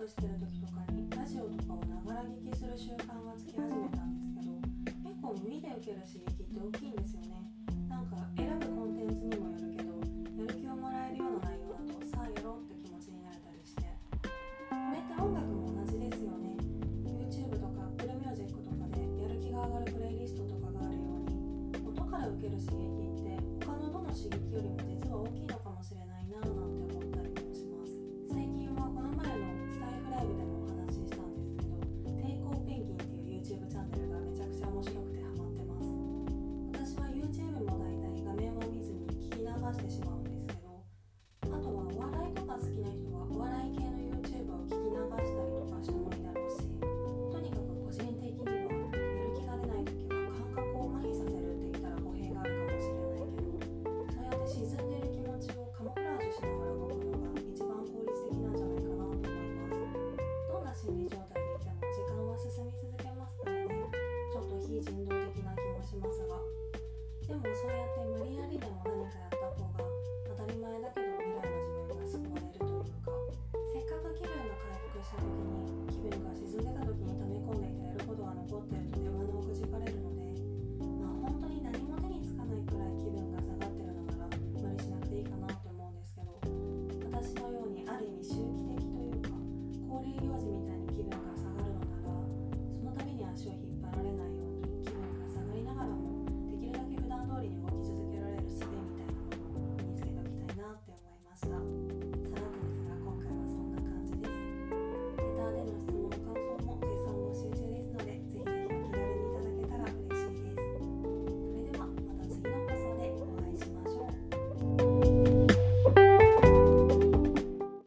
としてる時とかにラジオとかをながら聞きする習慣がつき始めたんですけど、結構耳で受ける刺激って大きいんですよね。なんか選ぶコンテンツにもよるけど、やる気をもらえるような内容だとさあやろうって気持ちになれたりして、これって音楽も同じですよね。 YouTube とか Apple Music とかでやる気が上がるプレイリストとかがあるように、音から受ける刺激って他のどの刺激よりも